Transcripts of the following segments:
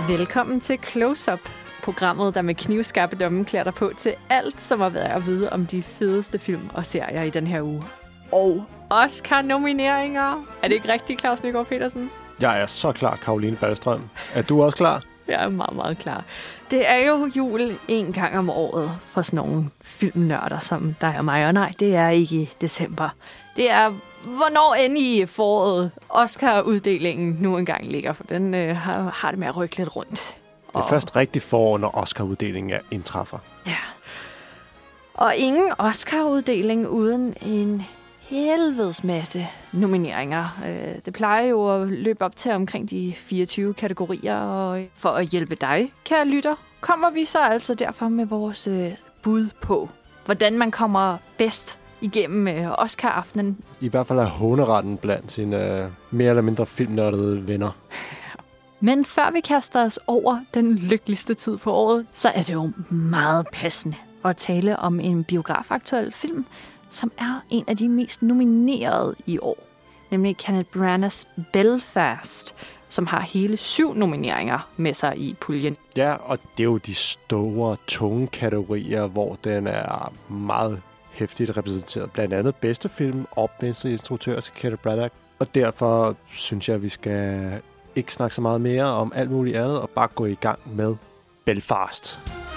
Velkommen til Close Up, programmet, der med knivskarpe domme klæder dig på til alt, som har været at vide om de fedeste film og serier i den her uge. Og Oscar-nomineringer. Er det ikke rigtigt, Claus Nygaard Petersen? Jeg er så klar, Caroline Balstrøm. Er du også klar? Jeg er meget, meget klar. Det er jo jul en gang om året for sådan nogle filmnørder, som der er mig. Og nej, det er ikke i december. Det er, hvornår end i foråret Oscar-uddelingen nu engang ligger, for den har det med at rykke lidt rundt. Det er først rigtig forår, når Oscar-uddelingen indtræffer. Ja. Og ingen Oscar-uddeling uden en helvedes masse nomineringer. Det plejer jo at løbe op til omkring de 24 kategorier, og for at hjælpe dig, kære lytter, kommer vi så altså derfor med vores bud på, hvordan man kommer bedst igennem Oscar-aftenen. I hvert fald er håneretten blandt sine mere eller mindre filmnørdede venner. Men før vi kaster os over den lykkeligste tid på året, så er det jo meget passende at tale om en biografaktuel film, som er en af de mest nominerede i år. Nemlig Kenneth Branaghs Belfast, som har hele 7 nomineringer med sig i puljen. Ja, og det er jo de store, tunge kategorier, hvor den er meget hæftigt repræsenteret. Blandt andet bedste film og bedste instruktør til Kenneth Branagh. Og derfor synes jeg, at vi skal ikke snakke så meget mere om alt muligt andet, og bare gå i gang med Belfast.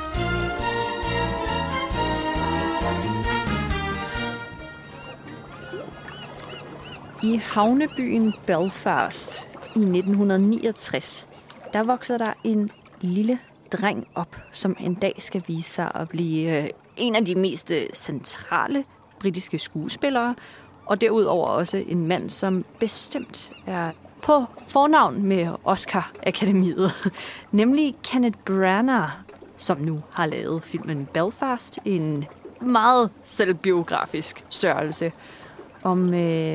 I havnebyen Belfast i 1969, der vokser der en lille dreng op, som en dag skal vise sig at blive en af de mest centrale britiske skuespillere, og derudover også en mand, som bestemt er på fornavn med Oscar-akademiet, nemlig Kenneth Branagh, som nu har lavet filmen Belfast, en meget selvbiografisk størrelse om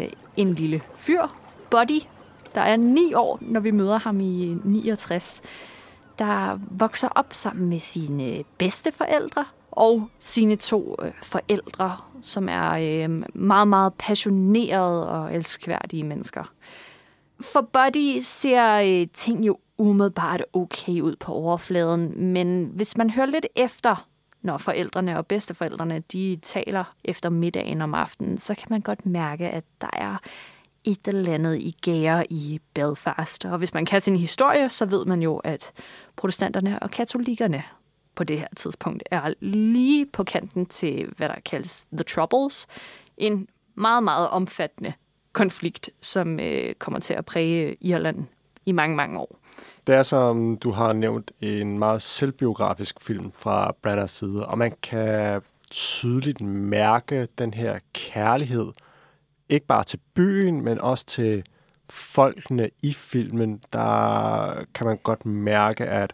en lille fyr, Buddy, der er 9 år, når vi møder ham i 69, der vokser op sammen med sine bedsteforældre og sine 2 forældre, som er meget, meget passionerede og elskværdige mennesker. For Buddy ser ting jo umiddelbart okay ud på overfladen, men hvis man hører lidt efter, når forældrene og bedsteforældrene de taler efter middagen om aftenen, så kan man godt mærke, at der er et eller andet i gære i Belfast. Og hvis man kan sin historie, så ved man jo, at protestanterne og katolikkerne på det her tidspunkt er lige på kanten til, hvad der kaldes The Troubles. En meget, meget omfattende konflikt, som kommer til at præge Irland i mange, mange år. Det er, som du har nævnt, en meget selvbiografisk film fra Branaghs side, og man kan tydeligt mærke den her kærlighed, ikke bare til byen, men også til folkene i filmen. Der kan man godt mærke, at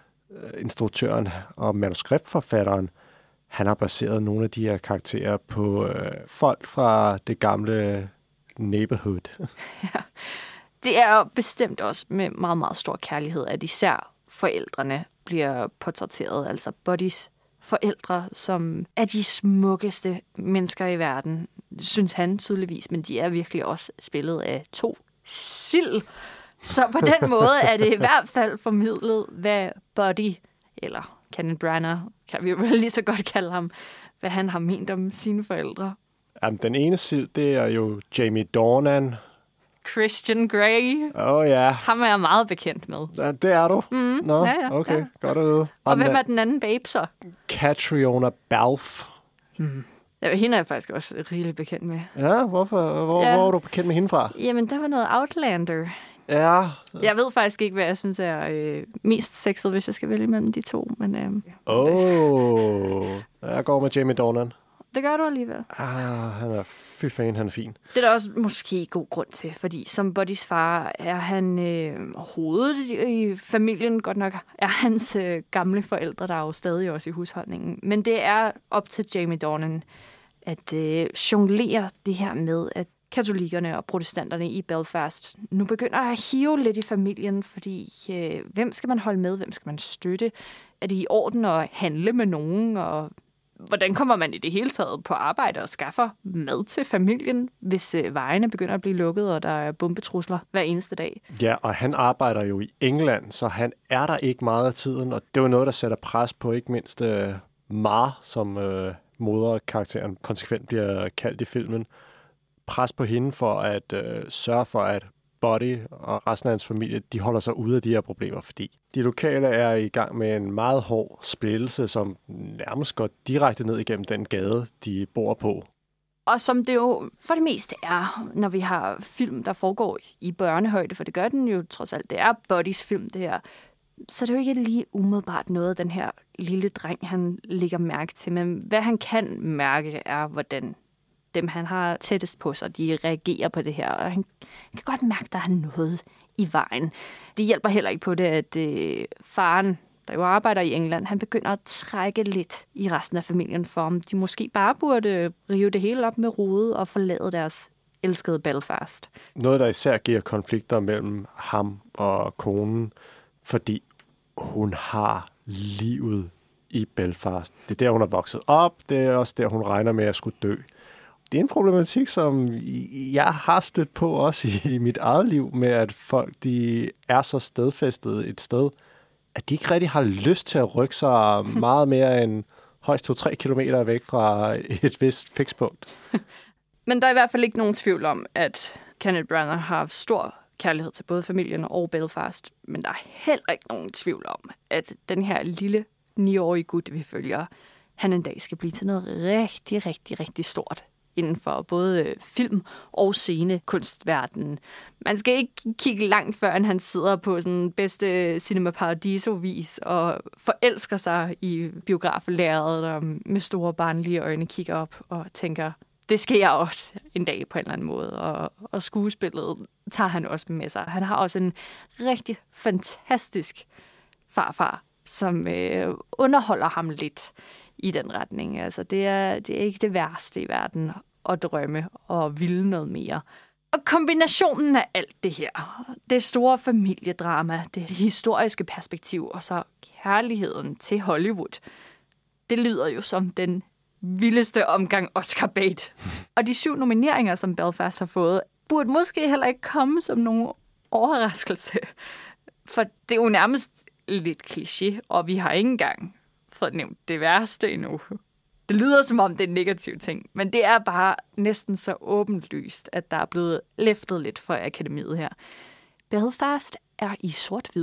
instruktøren og manuskriptforfatteren, han har baseret nogle af de her karakterer på folk fra det gamle neighborhood. Ja. Det er bestemt også med meget, meget stor kærlighed, at især forældrene bliver portrætteret. Altså Buddys forældre, som er de smukkeste mennesker i verden, synes han tydeligvis, men de er virkelig også spillet af 2 sild. Så på den måde er det i hvert fald formidlet, hvad Buddy, eller Kenneth Branagh, kan vi jo lige så godt kalde ham, hvad han har ment om sine forældre. Jamen, den ene sild, det er jo Jamie Dornan. Christian Grey. Ja. Ham er jeg meget bekendt med. Ja, det er du? Nå, ja. Okay, godt at vide. Og hvem er den anden babe så? Catriona Balfe. Ja, hende er jeg faktisk også rigeligt bekendt med. Ja, hvorfor? Hvor er du bekendt med hende fra? Jamen, der var noget Outlander. Ja. Jeg ved faktisk ikke, hvad jeg synes er mest sexet, hvis jeg skal vælge mellem de 2. Men, jeg går med Jamie Dornan. Det gør du alligevel. Han er han er fin. Det er der også måske god grund til, fordi som Buddys far er han hovedet i familien. Godt nok er hans gamle forældre, der er jo stadig også i husholdningen. Men det er op til Jamie Dornan at jonglere det her med, at katolikkerne og protestanterne i Belfast nu begynder at hive lidt i familien, fordi hvem skal man holde med, hvem skal man støtte? Er det i orden at handle med nogen, og hvordan kommer man i det hele taget på arbejde og skaffer mad til familien, hvis vejene begynder at blive lukket, og der er bombetrusler hver eneste dag? Ja, og han arbejder jo i England, så han er der ikke meget af tiden, og det er jo noget, der sætter pres på ikke mindst Mar, som moderkarakteren konsekvent bliver kaldt i filmen. Pres på hende for at sørge for, at Buddy og resten af hans familie, de holder sig ude af de her problemer, fordi de lokale er i gang med en meget hård splittelse, som nærmest går direkte ned igennem den gade, de bor på. Og som det jo for det meste er, når vi har film, der foregår i børnehøjde, for det gør den jo trods alt, det er Buddys film, det her. Så det er jo ikke lige umiddelbart noget, den her lille dreng, han lægger mærke til. Men hvad han kan mærke, er, hvordan dem, han har tættest på sig, de reagerer på det her. Og han kan godt mærke, at der er noget i vejen. Det hjælper heller ikke på det, at faren, der jo arbejder i England, han begynder at trække lidt i resten af familien for, om de måske bare burde rive det hele op med rode og forlade deres elskede Belfast. Noget, der især giver konflikter mellem ham og konen, fordi hun har livet i Belfast. Det er der, hun er vokset op. Det er også der, hun regner med at skulle dø. Det er en problematik, som jeg har stødt på også i mit eget liv, med at folk de er så stedfæstet et sted, at de ikke rigtig har lyst til at rykke sig meget mere end højst 2-3 kilometer væk fra et vist fikspunkt. Men der er i hvert fald ikke nogen tvivl om, at Kenneth Branagh har stor kærlighed til både familien og Belfast. Men der er heller ikke nogen tvivl om, at den her lille 9-årige gut, vi følger, han en dag skal blive til noget rigtig, rigtig, rigtig stort inden for både film- og scenekunstverdenen. Man skal ikke kigge langt før, han sidder på sådan bedste Cinema Paradiso-vis og forelsker sig i biograflærredet og med store barnlige øjne kigger op og tænker, det skal jeg også en dag på en eller anden måde. Og skuespillet tager han også med sig. Han har også en rigtig fantastisk farfar, som underholder ham lidt i den retning. Altså, det er ikke det værste i verden at drømme og ville noget mere. Og kombinationen af alt det her, det store familiedrama, det historiske perspektiv og så kærligheden til Hollywood, det lyder jo som den vildeste omgang Oscar bait. Og de 7 nomineringer, som Belfast har fået, burde måske heller ikke komme som nogen overraskelse. For det er jo nærmest lidt kliché, og vi har ikke engang fået nævnt det værste endnu. Det lyder som om det er en negativ ting, men det er bare næsten så åbenlyst, at der er blevet løftet lidt for akademiet her. Belfast er i sort-hvid.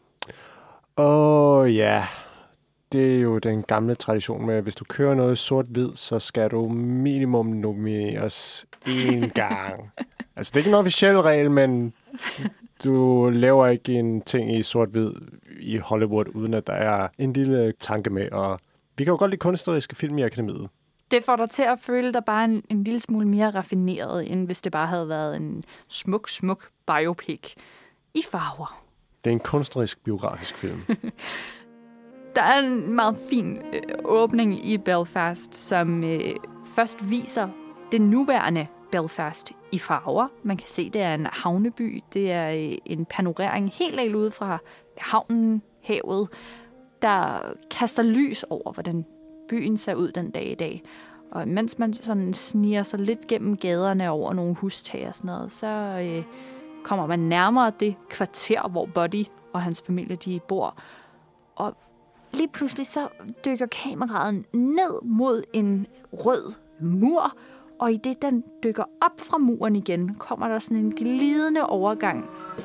Ja. Det er jo den gamle tradition med, at hvis du kører noget sort-hvid, så skal du minimum nomineres 1 gang. Altså, det er ikke en officiel regel, men du laver ikke en ting i sort-hvid i Hollywood, uden at der er en lille tanke med. Og vi kan jo godt lide kunstneriske film i akademiet. Det får dig til at føle dig bare en lille smule mere raffineret, end hvis det bare havde været en smuk biopic i farver. Det er en kunstnerisk biografisk film. Der er en meget fin åbning i Belfast, som først viser det nuværende Belfast i farver. Man kan se, det er en havneby. Det er en panorering helt ude fra havnen, havet, der kaster lys over, hvordan byen ser ud den dag i dag. Og mens man sådan sniger sig lidt gennem gaderne over nogle hustag og sådan noget, så kommer man nærmere det kvarter, hvor Buddy og hans familie de bor. Og lige pludselig så dykker kameraet ned mod en rød mur, og i det den dykker op fra muren igen, kommer der sådan en glidende overgang.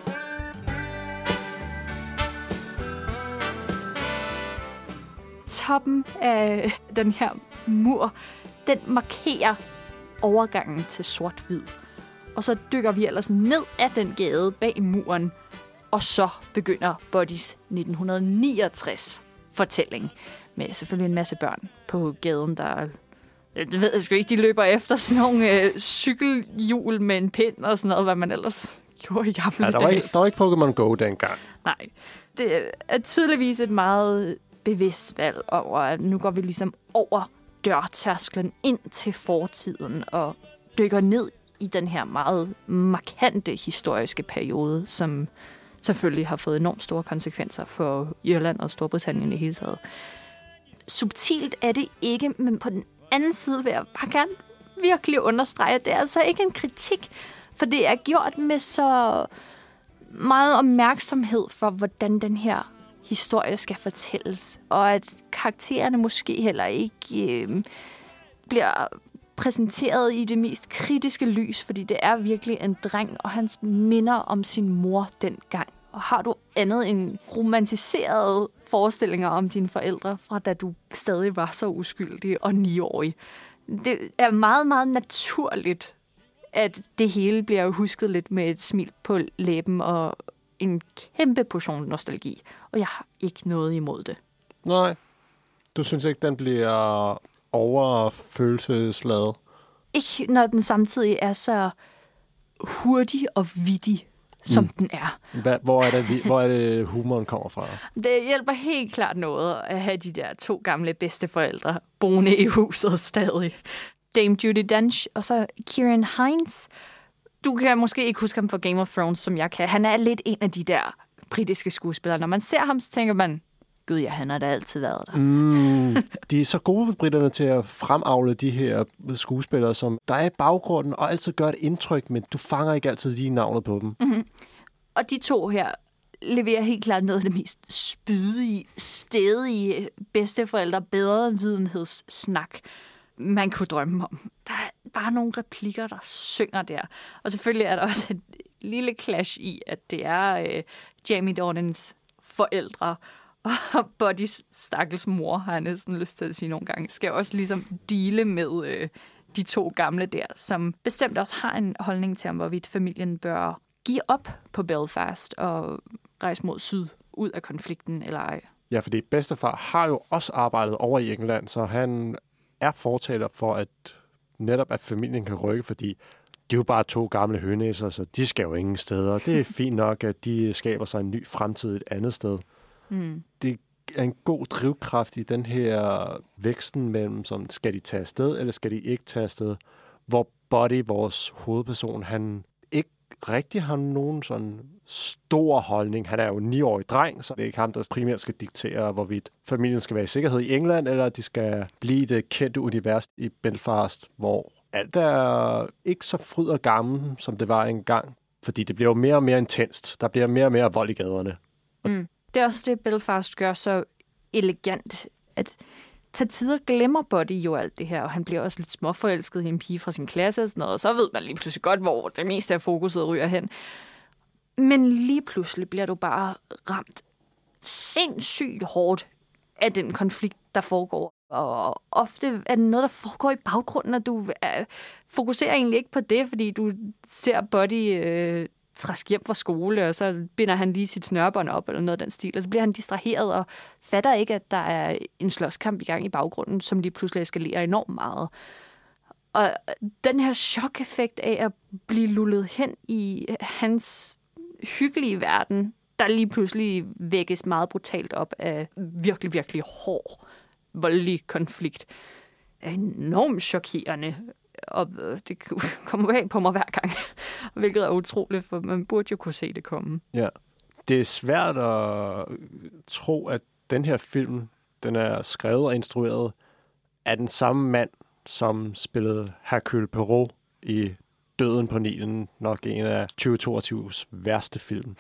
Toppen af den her mur, den markerer overgangen til sort-hvid. Og så dykker vi ellers ned af den gade bag muren, og så begynder Buddys 1969 fortælling. Med selvfølgelig en masse børn på gaden, der... Det ved jeg sgu ikke, de løber efter sådan nogle cykelhjul med en pind og sådan noget, hvad man ellers gjorde i gamle dage. Der var ikke Pokémon Go dengang. Nej. Det er tydeligvis et meget bevidst valg over, at nu går vi ligesom over dørtærsklen ind til fortiden og dykker ned i den her meget markante historiske periode, som selvfølgelig har fået enormt store konsekvenser for Irland og Storbritannien i hele taget. subtilt er det ikke, men på den anden side vil jeg bare gerne virkelig understrege, at det er altså ikke en kritik, for det er gjort med så meget opmærksomhed for, hvordan den her historie skal fortælles, og at karaktererne måske heller ikke bliver præsenteret i det mest kritiske lys, fordi det er virkelig en dreng, og hans minder om sin mor dengang. Og har du andet end romantiserede forestillinger om dine forældre, fra da du stadig var så uskyldig og 9-årig? Det er meget, meget naturligt, at det hele bliver husket lidt med et smil på læben og en kæmpe portion nostalgi. Og jeg har ikke noget imod det. Nej. Du synes ikke, den bliver overfølelsesladet? Ikke når den samtidig er så hurtig og vittig, som den er. Hvor er det humoren kommer fra? Det hjælper helt klart noget at have de der 2 gamle bedsteforældre boende i huset stadig. Dame Judi Dench og så Ciarán Hinds. Du kan måske ikke huske ham fra Game of Thrones, som jeg kan. Han er lidt en af de der britiske skuespillere. Når man ser ham, så tænker man, gud ja, han har da altid været der. De er så gode, britterne, til at fremavle de her skuespillere, som der er i baggrunden og altid gør et indtryk, men du fanger ikke altid lige navnet på dem. Mm-hmm. Og de 2 her leverer helt klart noget af det mest spydige, stedige bedsteforældre bedre videnhedssnak, man kunne drømme om. Der er bare nogle replikker, der synger der. Og selvfølgelig er der også et lille clash i, at det er Jamie Dornans forældre, og Buddys stakkels mor, har jeg næsten lyst til at sige nogle gange, skal også ligesom deale med de 2 gamle der, som bestemt også har en holdning til, om hvorvidt familien bør give op på Belfast og rejse mod syd, ud af konflikten eller ej. Ja, fordi bedstefar har jo også arbejdet over i England, så han er fortaler for, at familien kan rykke, fordi de er jo bare 2 gamle hønæsser, så de skal jo ingen steder. Det er fint nok, at de skaber sig en ny fremtid et andet sted. Det er en god drivkraft i den her væksten mellem, som skal de tage afsted, eller skal de ikke tage afsted, hvor Buddy, vores hovedperson, han ikke rigtig har nogen sådan stor holdning. Han er jo en 9-årig dreng, så det er ikke ham, der primært skal diktere, hvorvidt familien skal være i sikkerhed i England, eller de skal blive det kendte univers i Belfast, hvor alt er ikke så fryd og gammel, som det var engang. Fordi det bliver jo mere og mere intenst. Der bliver mere og mere vold i gaderne. Det er også det, Belfast gør så elegant, at til tider glemmer Buddy jo alt det her, og han bliver også lidt småforelsket i en pige fra sin klasse og sådan noget, og så ved man lige pludselig godt, hvor det meste af fokuset ryger hen. Men lige pludselig bliver du bare ramt sindssygt hårdt af den konflikt, der foregår. Og ofte er det noget, der foregår i baggrunden, og du fokuserer egentlig ikke på det, fordi du ser Buddy træsk hjem fra skole, og så binder han lige sit snørbånd op, eller noget af den stil, og så bliver han distraheret og fatter ikke, at der er en slåskamp i gang i baggrunden, som lige pludselig eskalerer enormt meget. Og den her chok-effekt af at blive lullet hen i hans hyggelige verden, der lige pludselig vækkes meget brutalt op af virkelig, virkelig hård, voldelig konflikt, er enormt chokerende. Og det kommer bag på mig hver gang, hvilket er utroligt, for man burde jo kunne se det komme. Ja, det er svært at tro, at den her film, den er skrevet og instrueret af den samme mand, som spillede Hercule Poirot i Døden på Nilen, nok en af 2022's værste film.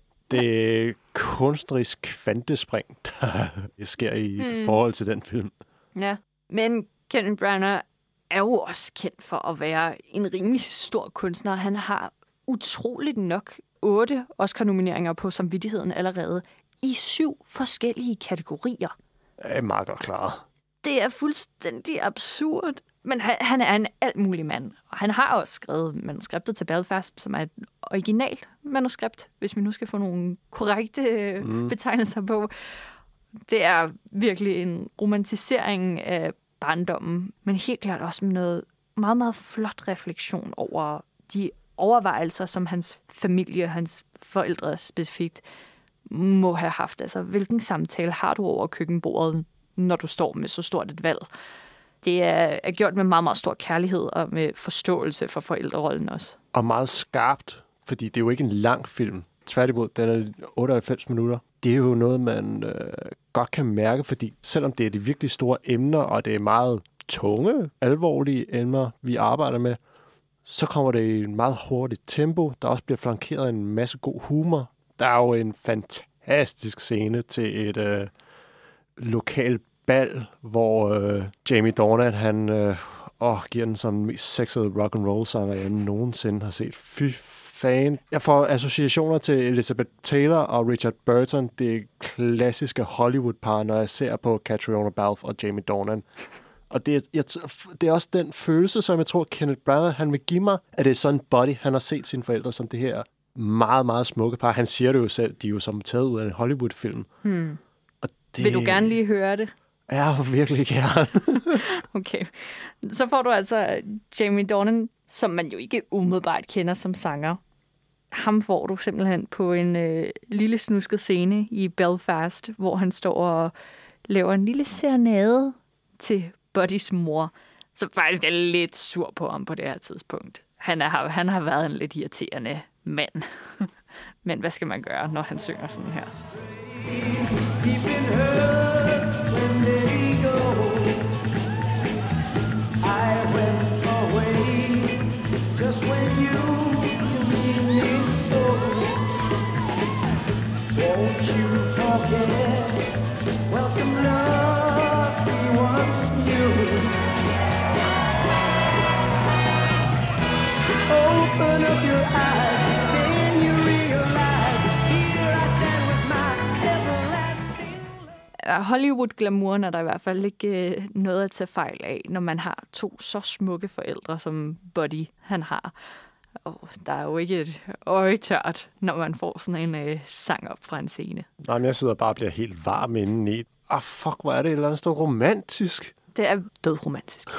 Det er kunstnerisk kvantespring, der sker i forhold til den film. Ja, men Kenneth Branagh er jo også kendt for at være en rimelig stor kunstner. Han har utroligt nok 8 Oscar-nomineringer på samvittigheden allerede i 7 forskellige kategorier. Det er meget godt klaret. Det er fuldstændig absurd. Men han er en alt mulig mand. Og han har også skrevet manuskriptet til Belfast, som er et originalt manuskript, hvis vi nu skal få nogle korrekte betegnelser på. Det er virkelig en romantisering af barndommen, men helt klart også med noget meget, meget flot refleksion over de overvejelser, som hans familie, hans forældre specifikt, må have haft. Altså, hvilken samtale har du over køkkenbordet, når du står med så stort et valg? Det er gjort med meget, meget stor kærlighed og med forståelse for forældrerollen også. Og meget skarpt, fordi det er jo ikke en lang film. Tværtimod, den er 98 minutter. det er jo noget, man godt kan mærke, fordi selvom det er de virkelig store emner, og det er meget tunge, alvorlige emner, vi arbejder med, så kommer det i en meget hurtigt tempo. Der også bliver flankeret af en masse god humor. Der er jo en fantastisk scene til et lokalt bal, hvor Jamie Dornan, han giver den som den mest sexede rock and roll sanger, jeg nogensinde har set. Fy fan. Jeg får associationer til Elizabeth Taylor og Richard Burton, det klassiske Hollywood-par, når jeg ser på Catriona Balfe og Jamie Dornan. Og det er også den følelse, som jeg tror, Kenneth Branagh, han vil give mig, at det er sådan en buddy, han har set sine forældre som det her meget, meget smukke par. Han siger det jo selv, de er jo som taget ud af en Hollywood-film. Og det... Vil du gerne lige høre det? Ja, virkelig gerne. Okay. Så får du altså Jamie Dornan, som man jo ikke umiddelbart kender som sanger. Ham får du simpelthen på en lille snusket scene i Belfast, hvor han står og laver en lille serenade til Buddys mor, som faktisk er lidt sur på ham på det her tidspunkt. Han har været en lidt irriterende mand. Men hvad skal man gøre, når han synger sådan her? Hollywood-glamouren er der i hvert fald ikke noget at tage fejl af, når man har to så smukke forældre, som Buddy han har. Og der er jo ikke et øje tørt, når man får sådan en sang op fra en scene. Nej, men jeg sidder bare og bliver helt varm indeni. Fuck, hvor er det et eller andet sted romantisk. Det er dødromantisk.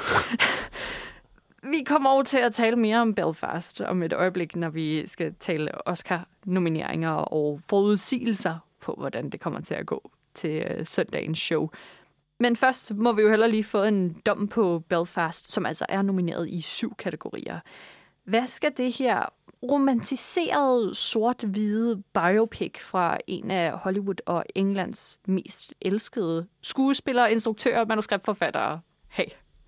Vi kommer over til at tale mere om Belfast om et øjeblik, når vi skal tale Oscar-nomineringer og forudsigelser på, hvordan det kommer til at gå til søndagens show. Men først må vi jo heller lige få en dom på Belfast, som altså er nomineret i 7 kategorier. Hvad skal det her romantiserede sort-hvide biopic fra en af Hollywood og Englands mest elskede skuespillere, instruktører og manuskriptforfattere have?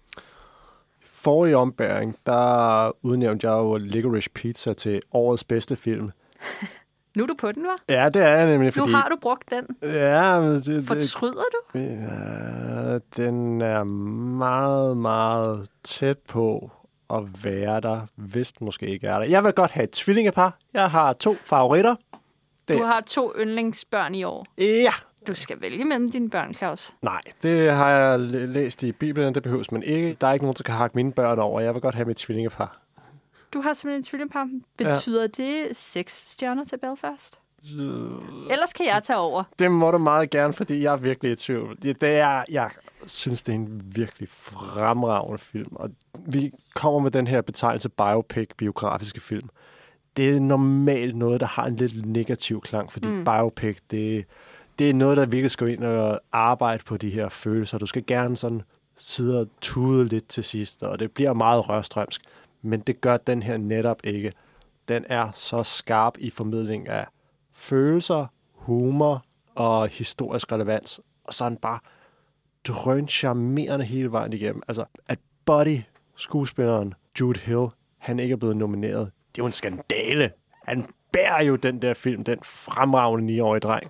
Forrige ombæring, der udnævnte jeg jo Licorice Pizza til årets bedste film. Nu er du på den, hva'? Ja, det er jeg nemlig, fordi... Nu har du brugt den. Ja, men fortryder du? Ja, den er meget, meget tæt på at være der, hvis den måske ikke er der. Jeg vil godt have et tvillingepar. Jeg har 2 favoritter. Du har 2 yndlingsbørn i år. Ja. Du skal vælge mellem dine børn, Claus. Nej, det har jeg læst i Bibelen, det behøves man ikke. Der er ikke nogen, der kan hakke mine børn over. Jeg vil godt have mit tvillingepar. Du har simpelthen et tvillingepar. Betyder det 6 stjerner til Belfast? Ellers kan jeg tage over. Det må du meget gerne, fordi jeg er virkelig i tvivl. Jeg synes, det er en virkelig fremragende film. Og vi kommer med den her betegnelse biopic, biografiske film. Det er normalt noget, der har en lidt negativ klang, fordi biopic, det er noget, der virkelig skal ind og arbejde på de her følelser. Du skal gerne sådan sidde og tude lidt til sidst, og det bliver meget rørstrømsk. Men det gør den her netop ikke. Den er så skarp i formidling af følelser, humor og historisk relevans. Og så er den bare drøncharmerende hele vejen igennem. Altså, at Buddy, skuespilleren Jude Hill, han ikke er blevet nomineret, det er jo en skandale. Han bærer jo den der film, den fremragende 9-årige dreng.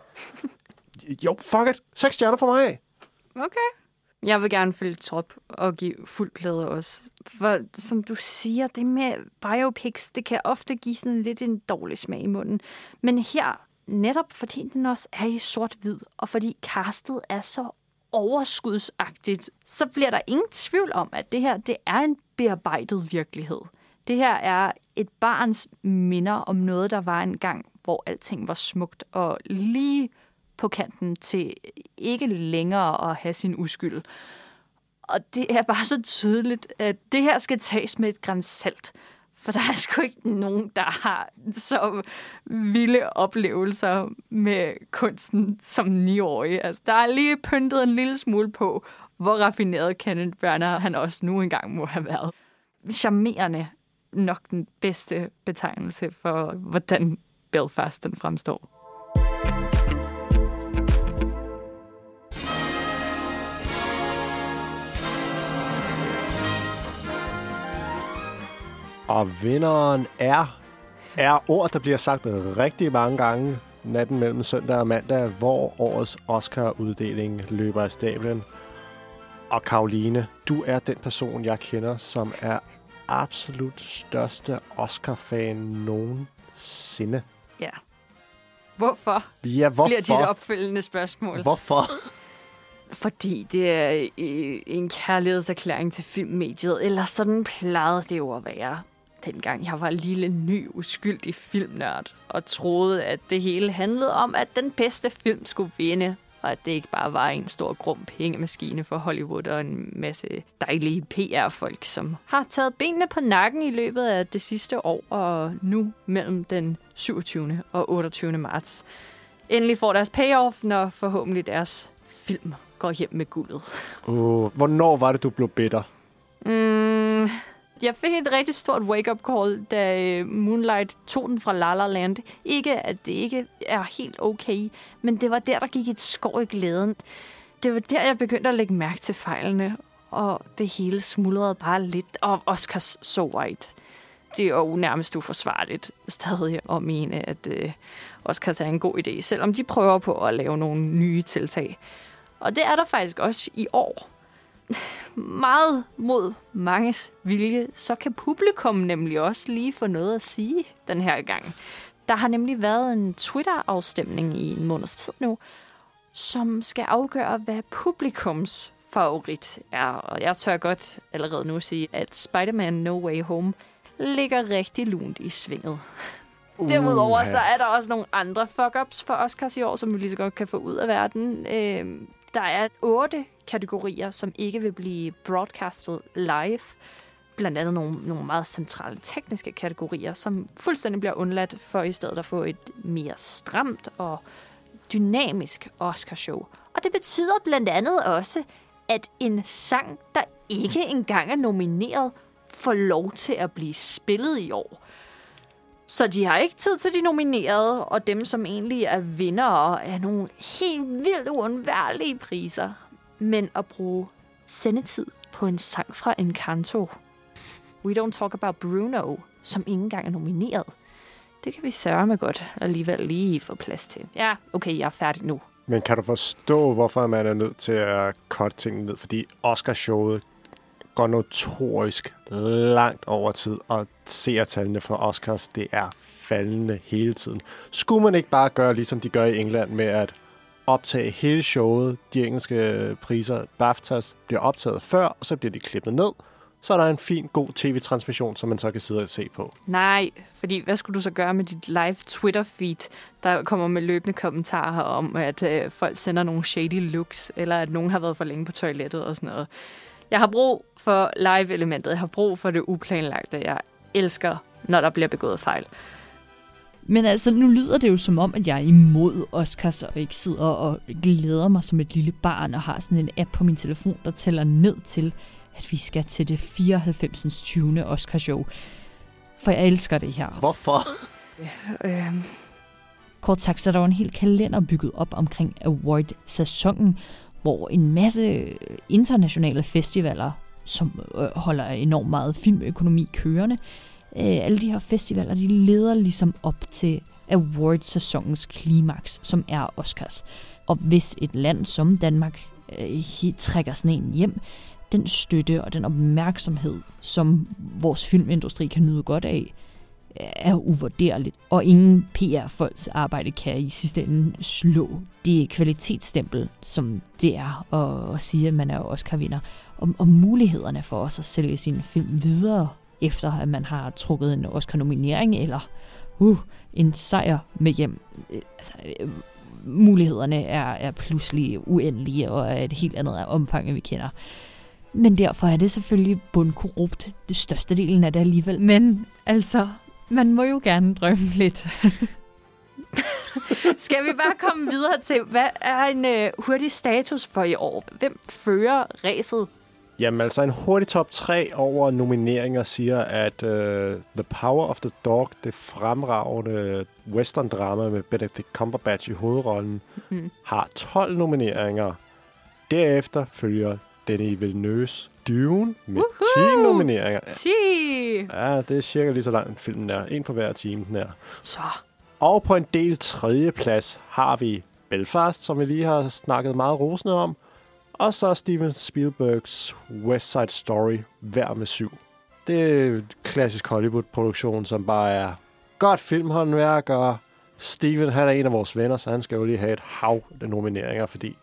Jo, fuck it. 6 stjerner for mig. Okay. Jeg vil gerne følge trop og give fuld plade også. For som du siger, det med biopics, det kan ofte give sådan lidt en dårlig smag i munden. Men her, netop fordi den også er i sort-hvid, og fordi castet er så overskudsagtigt, så bliver der ingen tvivl om, at det her, det er en bearbejdet virkelighed. Det her er et barns minder om noget, der var engang, hvor alting var smukt og lige på kanten til ikke længere at have sin uskyld. Og det er bare så tydeligt, at det her skal tages med et gran salt. For der er sgu ikke nogen, der har så vilde oplevelser med kunsten som 9-årige. Altså, der er lige pyntet en lille smule på, hvor raffineret Kenneth Branagh han også nu engang må have været. Charmerende nok den bedste betegnelse for, hvordan Belfast den fremstår. Og vinderen er ord, der bliver sagt rigtig mange gange natten mellem søndag og mandag, hvor årets Oscar-uddeling løber af stablen. Og Karoline, du er den person, jeg kender, som er absolut største Oscar-fan nogensinde. Ja. Hvorfor? Ja, hvorfor? Bliver dit opfølgende spørgsmål. Hvorfor? Fordi det er en kærlighedserklæring til filmmediet, eller sådan plejede det jo at være. Dengang jeg var lille, ny, uskyldig filmnørd, og troede, at det hele handlede om, at den bedste film skulle vinde, og at det ikke bare var en stor grum pengemaskine for Hollywood og en masse dejlige PR-folk, som har taget benene på nakken i løbet af det sidste år, og nu mellem den 27. og 28. marts endelig får deres payoff, når forhåbentlig deres film går hjem med guldet. Hvornår var det, du blev bitter? Jeg fik et rigtig stort wake-up call, da Moonlight tog den fra La La Land. Ikke, at det ikke er helt okay, men det var der gik et skår i glæden. Det var der, jeg begyndte at lægge mærke til fejlene, og det hele smuldrede bare lidt. Og Oscars so white. Det er jo nærmest uforsvarligt stadig at mene, at Oscars er en god idé, selvom de prøver på at lave nogle nye tiltag. Og det er der faktisk også i år. Meget mod manges vilje, så kan publikum nemlig også lige få noget at sige den her gang. Der har nemlig været en Twitter-afstemning i en måneds tid nu, som skal afgøre, hvad publikums favorit er. Og jeg tør godt allerede nu sige, at Spider-Man No Way Home ligger rigtig lunt i svinget. Derudover så er der også nogle andre fuck-ups for Oscars i år, som vi lige så godt kan få ud af verden. Der er 8 kategorier, som ikke vil blive broadcastet live. Blandt andet nogle meget centrale tekniske kategorier, som fuldstændig bliver undladt for i stedet at få et mere stramt og dynamisk Oscarshow. Og det betyder blandt andet også, at en sang, der ikke engang er nomineret, får lov til at blive spillet i år. Så de har ikke tid til de nominerede, og dem, som egentlig er vindere af nogle helt vildt uundværlige priser. Men at bruge sendetid på en sang fra Encanto. We Don't Talk About Bruno, som ikke engang er nomineret. Det kan vi sørme godt alligevel lige få plads til. Ja, okay, jeg er færdig nu. Men kan du forstå, hvorfor man er nødt til at cutte tingene ned? Fordi Oscarshowet går notorisk langt over tid, og seertallene for Oscars, det er faldende hele tiden. Skulle man ikke bare gøre, ligesom de gør i England, med at optage hele showet? De engelske priser, BAFTAs, bliver optaget før, og så bliver de klippet ned. Så er der en fin, god tv-transmission, som man så kan sidde og se på. Nej, fordi hvad skulle du så gøre med dit live Twitter-feed, der kommer med løbende kommentarer om, at folk sender nogle shady looks, eller at nogen har været for længe på toilettet og sådan noget. Jeg har brug for live-elementet. Jeg har brug for det uplanlagte. Jeg elsker, når der bliver begået fejl. Men altså, nu lyder det jo som om, at jeg er imod Oscars, og ikke sidder og glæder mig som et lille barn, og har sådan en app på min telefon, der tæller ned til, at vi skal til det 94. 20. Oscarshow. For jeg elsker det her. Hvorfor? Kort sagt, så er der jo en hel kalender bygget op omkring award-sæsonen, hvor en masse internationale festivaler, som holder enormt meget filmøkonomi kørende, alle de her festivaler, de leder ligesom op til award-sæsonens klimaks, som er Oscars. Og hvis et land som Danmark trækker sådan en hjem, den støtte og den opmærksomhed, som vores filmindustri kan nyde godt af, er uvurderligt. Og ingen PR-folks arbejde kan i sidste ende slå det kvalitetsstempel, som det er at sige, at man er Oscar-vinder. Og mulighederne for os at sælge sin film videre, efter at man har trukket en Oscar-nominering eller en sejr med hjem. Mulighederne er pludselig uendelige og er et helt andet omfang, end vi kender. Men derfor er det selvfølgelig bundkorrupt, det største delen af det alligevel. Men altså, man må jo gerne drømme lidt. Skal vi bare komme videre til, hvad er en hurtig status for i år? Hvem fører ræset? Jamen altså, en hurtig top 3 over nomineringer siger, at The Power of the Dog, det fremragende western-drama med Benedict Cumberbatch i hovedrollen, har 12 nomineringer. Derefter følger Denis Villeneuve's Dune med 10 nomineringer. 10! Ja, det er cirka lige så langt filmen er. En for hver time, den er. Så. Og på en del 3. plads har vi Belfast, som vi lige har snakket meget rosende om. Og så Steven Spielbergs West Side Story, hver med 7. Det er en klassisk Hollywood-produktion, som bare er godt filmhåndværk, og Steven, han er en af vores venner, så han skal jo lige have et hav af nomineringer, fordi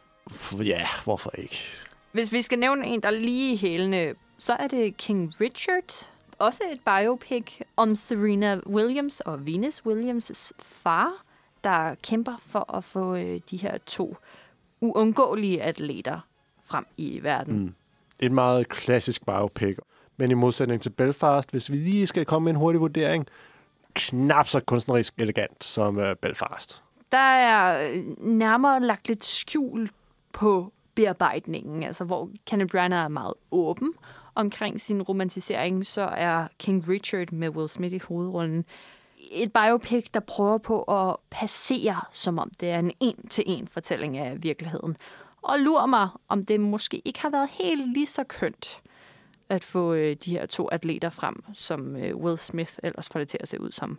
ja, hvorfor ikke? Hvis vi skal nævne en, der er lige hælende, så er det King Richard. Også et biopic om Serena Williams og Venus Williams' far, der kæmper for at få de her 2 uundgåelige atleter frem i verden. Et meget klassisk biopic. Men i modsætning til Belfast, hvis vi lige skal komme med en hurtig vurdering, knap så kunstnerisk elegant som Belfast. Der er nærmere lagt lidt skjul på bearbejdningen, altså hvor Kenneth Branagh er meget åben omkring sin romantisering, så er King Richard med Will Smith i hovedrollen et biopic, der prøver på at passere, som om det er en en-til-en fortælling af virkeligheden. Og lurer mig, om det måske ikke har været helt lige så kønt at få de her 2 atleter frem, som Will Smith ellers får det til at se ud som.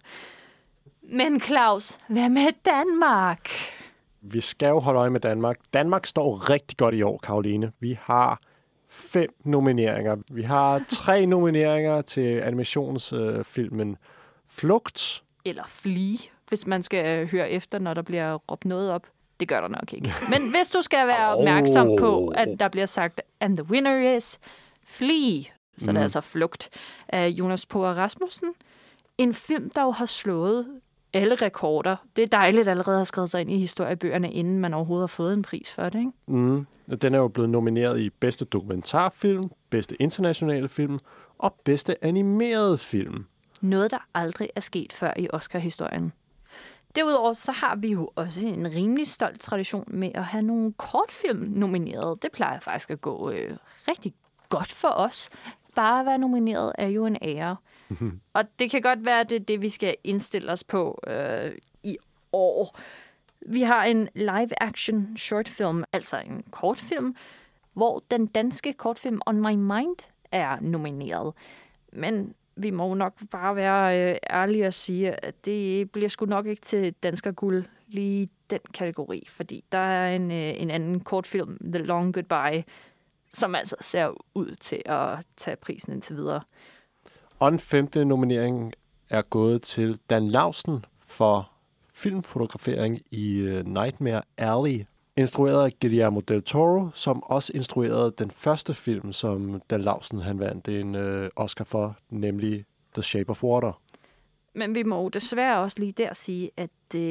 Men Claus, hvad med Danmark? Vi skal jo holde øje med Danmark. Danmark står rigtig godt i år, Karoline. Vi har 5 nomineringer. Vi har 3 nomineringer til animationsfilmen Flugt. Eller Flee, hvis man skal høre efter, når der bliver råbt noget op. Det gør der nok ikke. Men hvis du skal være opmærksom på, at der bliver sagt, and the winner is Flee, så det er altså Flugt, af Jonas Poer Rasmussen. En film, der jo har slået alle rekorder. Det er dejligt allerede at have skrevet sig ind i historiebøgerne, inden man overhovedet har fået en pris for det, ikke? Den er jo blevet nomineret i bedste dokumentarfilm, bedste internationale film og bedste animerede film. Noget, der aldrig er sket før i Oscar-historien. Derudover så har vi jo også en rimelig stolt tradition med at have nogle kortfilm nomineret. Det plejer faktisk at gå rigtig godt for os. Bare at være nomineret er jo en ære. Og det kan godt være, at det er det, vi skal indstille os på i år. Vi har en live-action shortfilm, altså en kortfilm, hvor den danske kortfilm On My Mind er nomineret. Men vi må nok bare være ærlige og sige, at det bliver sgu nok ikke til danskerguld lige i den kategori, fordi der er en anden kortfilm, The Long Goodbye, som altså ser ud til at tage prisen indtil videre. Og den 5. nominering er gået til Dan Laustsen for filmfotografering i Nightmare Alley, instrueret af Guillermo del Toro, som også instruerede den første film, som Dan Laustsen han vandt en Oscar for, nemlig The Shape of Water. Men vi må desværre også lige der sige, at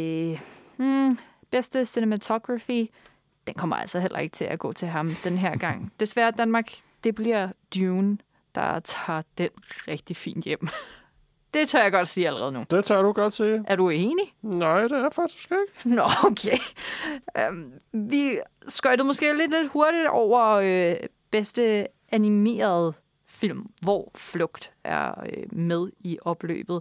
bedste cinematography, den kommer altså heller ikke til at gå til ham den her gang. Desværre Danmark, det bliver Dune, der tager den rigtig fint hjem. Det tør jeg godt sige allerede nu. Det tør du godt sige. Er du enig? Nej, det er faktisk ikke. Nå, okay. Vi skøjtede måske lidt hurtigt over bedste animerede film, hvor Flugt er med i opløbet.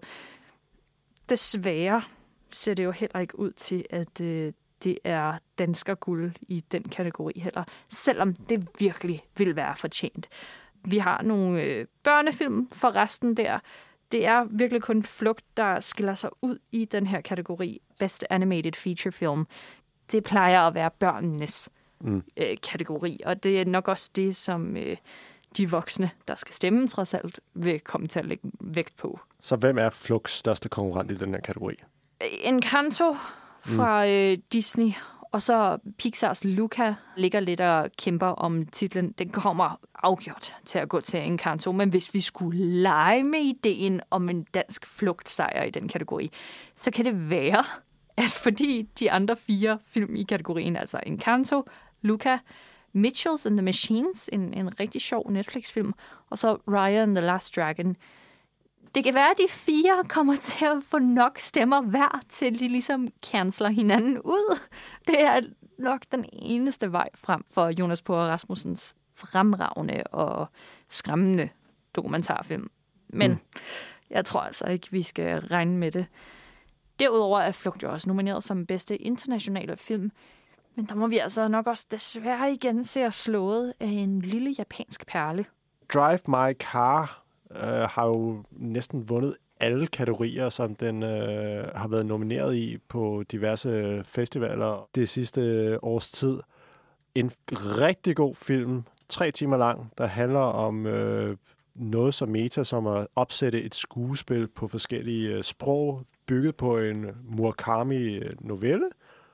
Desværre ser det jo heller ikke ud til, at det er danskerguld i den kategori heller, selvom det virkelig vil være fortjent. Vi har nogle børnefilm for resten der. Det er virkelig kun Flugt, der skiller sig ud i den her kategori. Best Animated Feature Film. Det plejer at være børnenes kategori, og det er nok også det, som de voksne, der skal stemme trods alt, vil komme til at lægge vægt på. Så hvem er Flugts største konkurrent i den her kategori? Encanto fra Disney, og så Pixars Luca ligger lidt og kæmper om titlen. Den kommer afgjort til at gå til Encanto, men hvis vi skulle lege med ideen om en dansk flugtsejr i den kategori, så kan det være, at fordi de andre 4 film i kategorien, altså Encanto, Luca, Mitchells and the Machines, en rigtig sjov Netflix-film, og så Raya and the Last Dragon. Det kan være, at de 4 kommer til at få nok stemmer hver, til de ligesom canceler hinanden ud. Det er nok den eneste vej frem for Jonas Poer Rasmussens fremragende og skræmmende dokumentarfilm. Men jeg tror altså ikke, vi skal regne med det. Derudover er Flugt jo også nomineret som bedste internationale film. Men der må vi altså nok også desværre igen se os slået af en lille japansk perle. Drive My Car har jo næsten vundet alle kategorier, som den har været nomineret i på diverse festivaler det sidste års tid. En rigtig god film, 3 timer lang, der handler om noget så meta som at opsætte et skuespil på forskellige sprog, bygget på en Murakami-novelle,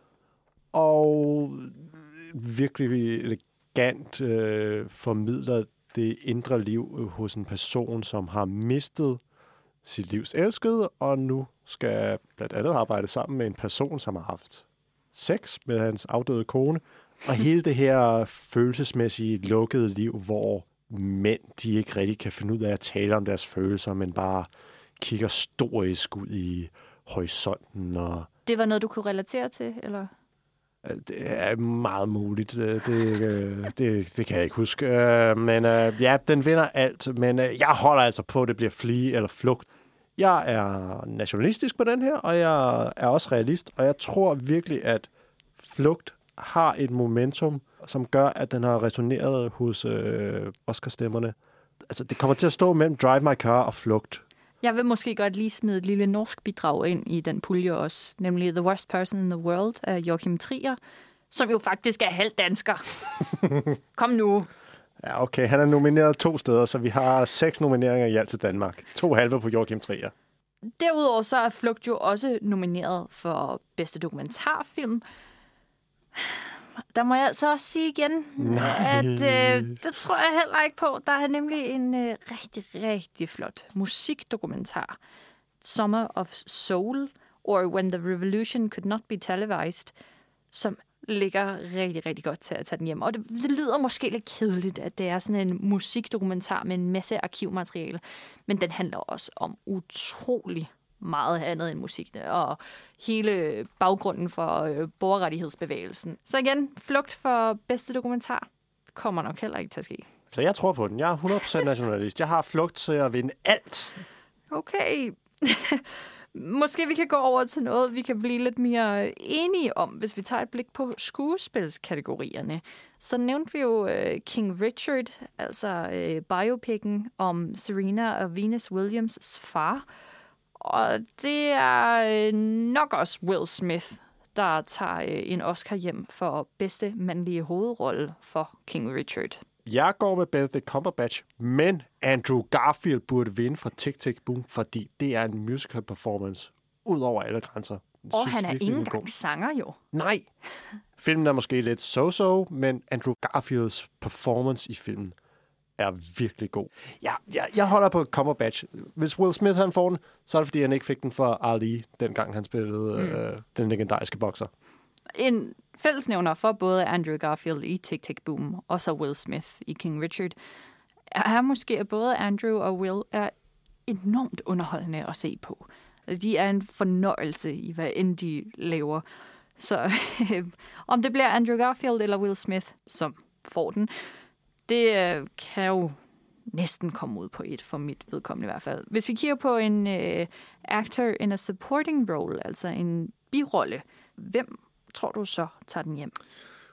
og virkelig elegant formidler det indre liv hos en person, som har mistet sit livs elskede, og nu skal blandt andet arbejde sammen med en person, som har haft sex med hans afdøde kone. Og hele det her følelsesmæssige lukkede liv, hvor mænd de ikke rigtig kan finde ud af at tale om deres følelser, men bare kigger storisk ud i horisonten. Og Det var noget, du kunne relatere til, eller? det er meget muligt. Det kan jeg ikke huske. Men ja, den vinder alt. Men jeg holder altså på, at det bliver flie eller flugt. Jeg er nationalistisk på den her, og jeg er også realist. Og jeg tror virkelig, at flugt har et momentum, som gør, at den har resoneret hos Oscar-stemmerne. Altså, det kommer til at stå mellem Drive My Car og flugt. Jeg vil måske godt lige smide et lille norsk bidrag ind i den pulje også, nemlig The Worst Person in the World af Joachim Trier, som jo faktisk er halvt dansker. Kom nu. Ja, okay. Han er nomineret 2 steder, så vi har 6 nomineringer i alt til Danmark. 2 halve på Joachim Trier. Derudover så er Flugt jo også nomineret for bedste dokumentarfilm. Der må jeg altså også sige igen, at det tror jeg heller ikke på. Der er nemlig en rigtig, rigtig flot musikdokumentar. Summer of Soul, or When the Revolution Could Not Be Televised, som ligger rigtig, rigtig godt til at tage den hjem. Og det lyder måske lidt kedeligt, at det er sådan en musikdokumentar med en masse arkivmateriale, men den handler også om utrolig meget andet end musik, og hele baggrunden for borgerrettighedsbevægelsen. Så igen, Flugt for bedste dokumentar kommer nok heller ikke til at ske. Så jeg tror på den. Jeg er 100% nationalist. Jeg har Flugt, så jeg vinder alt. Okay. Måske vi kan gå over til noget, vi kan blive lidt mere enige om, hvis vi tager et blik på skuespilskategorierne. Så nævnte vi jo King Richard, altså biopicen om Serena og Venus Williams' far. Og det er nok også Will Smith, der tager en Oscar hjem for bedste mandlige hovedrolle for King Richard. Jeg går med Benedict Cumberbatch, men Andrew Garfield burde vinde for Tick, Tick, Boom, fordi det er en musical performance ud over alle grænser. Og han er ikke engang sanger jo. Nej. Filmen er måske lidt so-so, men Andrew Garfields performance i filmen er virkelig god. Jeg holder på Cumberbatch. Hvis Will Smith han får den, så er det fordi, han ikke fik den for Ali, dengang han spillede den legendariske bokser. En fællesnævner for både Andrew Garfield i Tick, Tick, Boom og så Will Smith i King Richard er måske, at både Andrew og Will er enormt underholdende at se på. Altså, de er en fornøjelse i, hvad end de laver. Så om det bliver Andrew Garfield eller Will Smith, som får den, det kan jo næsten komme ud på et, for mit vedkommende i hvert fald. Hvis vi kigger på en actor in a supporting role, altså en birolle, hvem tror du så tager den hjem?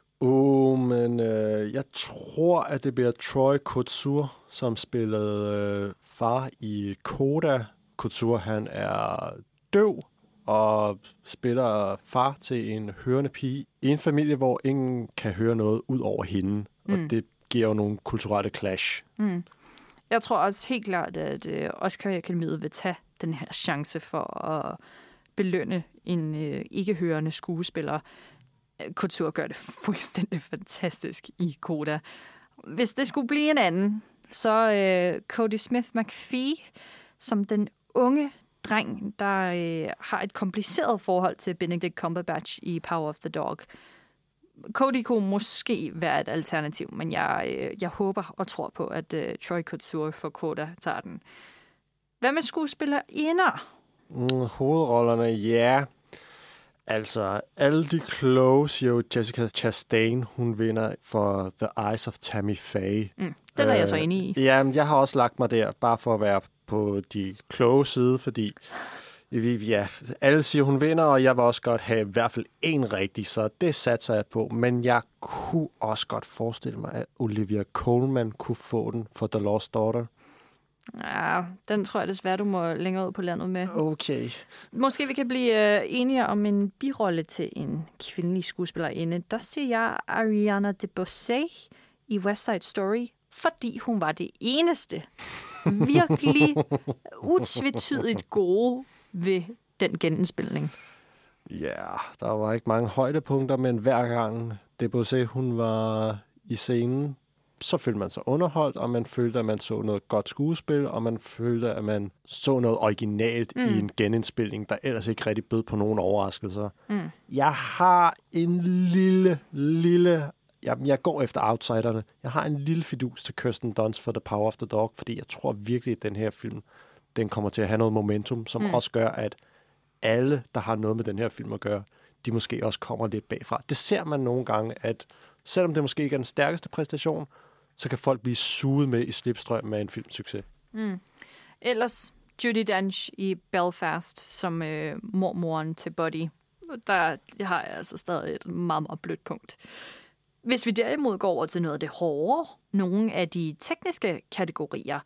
Men jeg tror, at det bliver Troy Kotsur, som spillede far i Coda. Kotsur, han er døv og spiller far til en hørende pige i en familie, hvor ingen kan høre noget ud over hende. Og det giver jo nogle kulturelle clash. Jeg tror også helt klart, at Oscar-akademiet vil tage den her chance for at belønne en ikke-hørende skuespiller. Couture gør det fuldstændig fantastisk i Coda. Hvis det skulle blive en anden, så Cody Smith-McPhee, som den unge dreng, der har et kompliceret forhold til Benedict Cumberbatch i Power of the Dog. Cody kunne måske være et alternativ, men jeg håber og tror på, at Troy Kotsur for Coda tager den. Hvad med skuespillerinder? Hovedrollerne, ja. Altså, alle de kloge siger jo Jessica Chastain, hun vinder for The Eyes of Tammy Faye. Den er jeg så enig i. Ja, jeg har også lagt mig der, bare for at være på de kloge side, fordi Ja, alle siger, hun vinder, og jeg vil også godt have i hvert fald en rigtig, så det satser jeg på. Men jeg kunne også godt forestille mig, at Olivia Colman kunne få den for The Lost Daughter. Ja, den tror jeg desværre, du må længere ud på landet med. Okay. Måske vi kan blive enige om en birolle til en kvindelig skuespillerinde. Der siger jeg Ariana DeBose i West Side Story, fordi hun var det eneste virkelig utvetydigt gode ved den genindspilning. Ja, der var ikke mange højdepunkter, men hver gang DeBose, hun var i scenen, så følte man sig underholdt, og man følte, at man så noget godt skuespil, og man følte, at man så noget originalt i en genindspilning, der ellers ikke rigtig bød på nogen overraskelser. Jeg har en lille... Jeg går efter outsiderne. Jeg har en lille fidus til Kirsten Dunst for The Power of the Dog, fordi jeg tror virkelig, at den her film, den kommer til at have noget momentum, som også gør, at alle, der har noget med den her film at gøre, de måske også kommer lidt bagfra. Det ser man nogle gange, at selvom det måske ikke er den stærkeste præstation, så kan folk blive suget med i slipstrømmen af en filmsucces. Ellers Judi Dench i Belfast som mormoren til Buddy. Der har jeg altså stadig et meget, meget blødt punkt. Hvis vi derimod går over til noget af det hårde, nogle af de tekniske kategorier,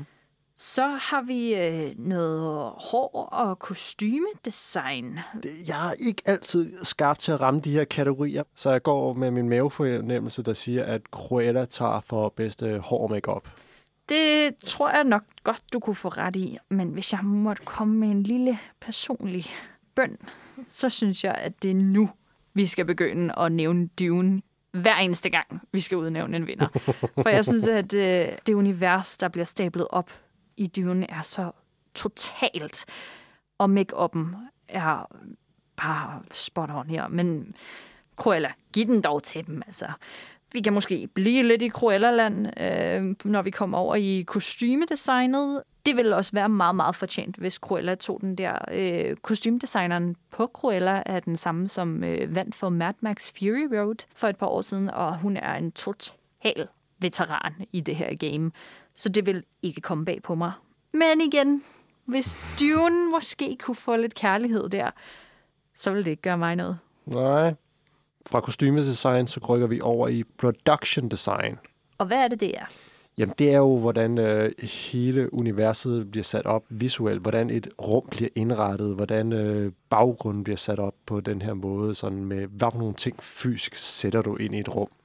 så har vi noget hår og kostymedesign. Jeg er ikke altid skarp til at ramme de her kategorier, så jeg går med min mavefornemmelse, der siger, at Cruella tager for bedste hår og makeup. Det tror jeg nok godt, du kunne få ret i, men hvis jeg måtte komme med en lille personlig bøn, så synes jeg, at det er nu, vi skal begynde at nævne Dune hver eneste gang, vi skal udnævne en vinder. For jeg synes, at det univers, der bliver stablet op i Dune, er så totalt, og make-up'en er bare spot on her. Men Cruella, giv den dog til dem, altså. Vi kan måske blive lidt i Cruella-land, når vi kommer over i kostymedesignet. Det ville også være meget, meget fortjent, hvis Cruella tog den der. Kostymedesigneren på Cruella er den samme, som vandt for Mad Max Fury Road for et par år siden, og hun er en total veteran i det her game. Så det vil ikke komme bag på mig. Men igen, hvis Dune måske kunne få lidt kærlighed der, så ville det ikke gøre mig noget. Nej. Fra kostymedesign, så rykker vi over i production design. Og hvad er det er? Jamen, det er jo, hvordan hele universet bliver sat op visuelt, hvordan et rum bliver indrettet, hvordan baggrunden bliver sat op på den her måde, sådan med, hvad for nogle ting fysisk sætter du ind i et rum.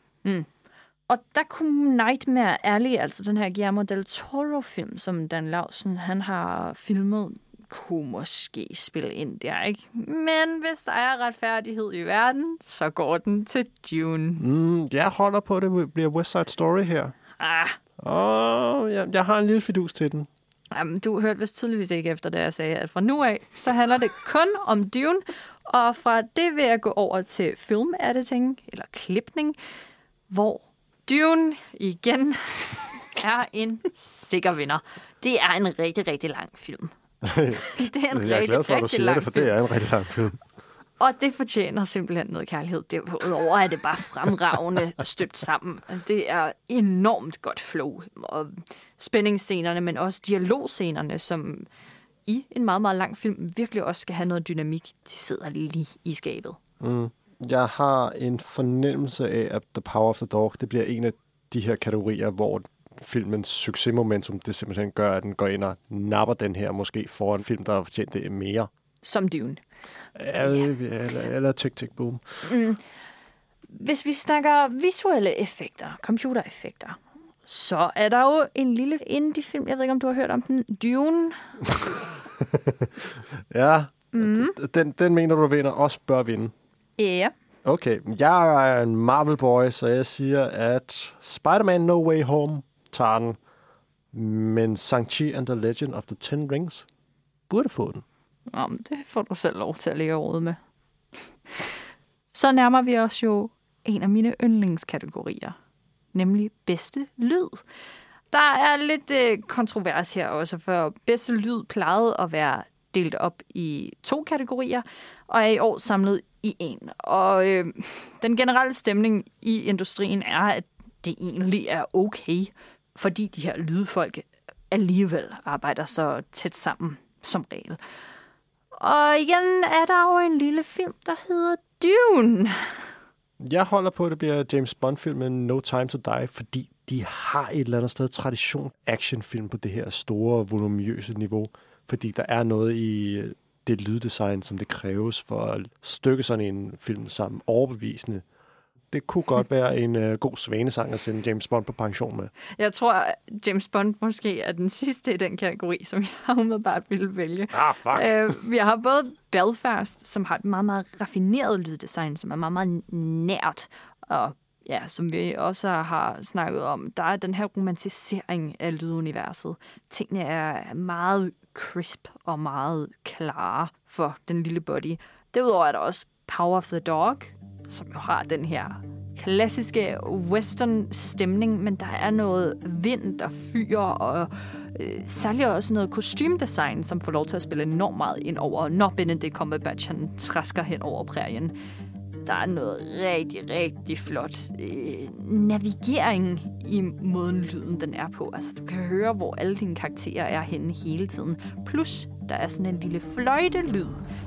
Og der kunne Nightmare Alley, altså den her Guillermo del Toro-film, som Dan Laursen, han har filmet, kunne måske spille ind der, ikke? Men hvis der er retfærdighed i verden, så går den til Dune. Jeg holder på, det bliver West Side Story her. Jeg har en lille fidus til den. Jamen, du hørte vist tydeligvis ikke efter det, jeg sagde, at fra nu af, så handler det kun om Dune, og fra det vil jeg gå over til film-editing, eller klipning, hvor Dune igen er en sikker vinder. Det er en rigtig, rigtig lang film. Det er en jeg er glad for, at du siger det, for det er en rigtig lang film. Og det fortjener simpelthen noget kærlighed. Derudover er det bare fremragende støbt sammen. Det er enormt godt flow. Og spændingsscenerne, men også dialogscenerne, som i en meget, meget lang film virkelig også skal have noget dynamik. De sidder lige i skabet. Jeg har en fornemmelse af, at The Power of the Dog, det bliver en af de her kategorier, hvor filmens succesmomentum, det simpelthen gør, at den går ind og napper den her, måske for en film, der har fortjent det mere. Som Dune. Eller Tick Tick Boom. Hvis vi snakker visuelle effekter, computereffekter, så er der jo en lille indie-film, jeg ved ikke, om du har hørt om den, Dune. Ja, den mener du vinder, også bør vinde. Ja. Okay, jeg er en Marvel-boy, så jeg siger, at Spider-Man No Way Home tager den, men Shang-Chi and the Legend of the Ten Rings burde få den. Jamen, det får du selv lov til at ligge og rode med. Så nærmer vi os jo en af mine yndlingskategorier, nemlig bedste lyd. Der er lidt kontrovers her også, for bedste lyd plejede at være delt op i 2 kategorier, og er i år samlet i 1. Og den generelle stemning i industrien er, at det egentlig er okay, fordi de her lydfolk alligevel arbejder så tæt sammen som regel. Og igen er der jo en lille film, der hedder Dune. Jeg holder på, at det bliver James Bond-filmen No Time to Die, fordi de har et eller andet sted tradition actionfilm på det her store, voluminøse niveau. Fordi der er noget i det lyddesign, som det kræves for at stykke sådan en film sammen overbevisende. Det kunne godt være en god svanesang at sende James Bond på pension med. Jeg tror, at James Bond måske er den sidste i den kategori, som jeg umiddelbart ville vælge. Fuck. Vi har både Belfast, som har et meget, meget raffineret lyddesign, som er meget, meget nært, og ja, som vi også har snakket om, der er den her romantisering af lyduniverset. Tingene er meget crisp og meget klare for den lille body. Derudover er der også Power of the Dog, som jo har den her klassiske western-stemning, men der er noget vind og fyr, og særligt også noget kostumedesign, som får lov til at spille enormt meget ind over, når Benedict Cumberbatch han træsker hen over prærien. Der er noget rigtig, rigtig flot navigering i måden lyden den er på. Altså, du kan høre, hvor alle dine karakterer er henne hele tiden. Plus, der er sådan en lille fløjtelyd,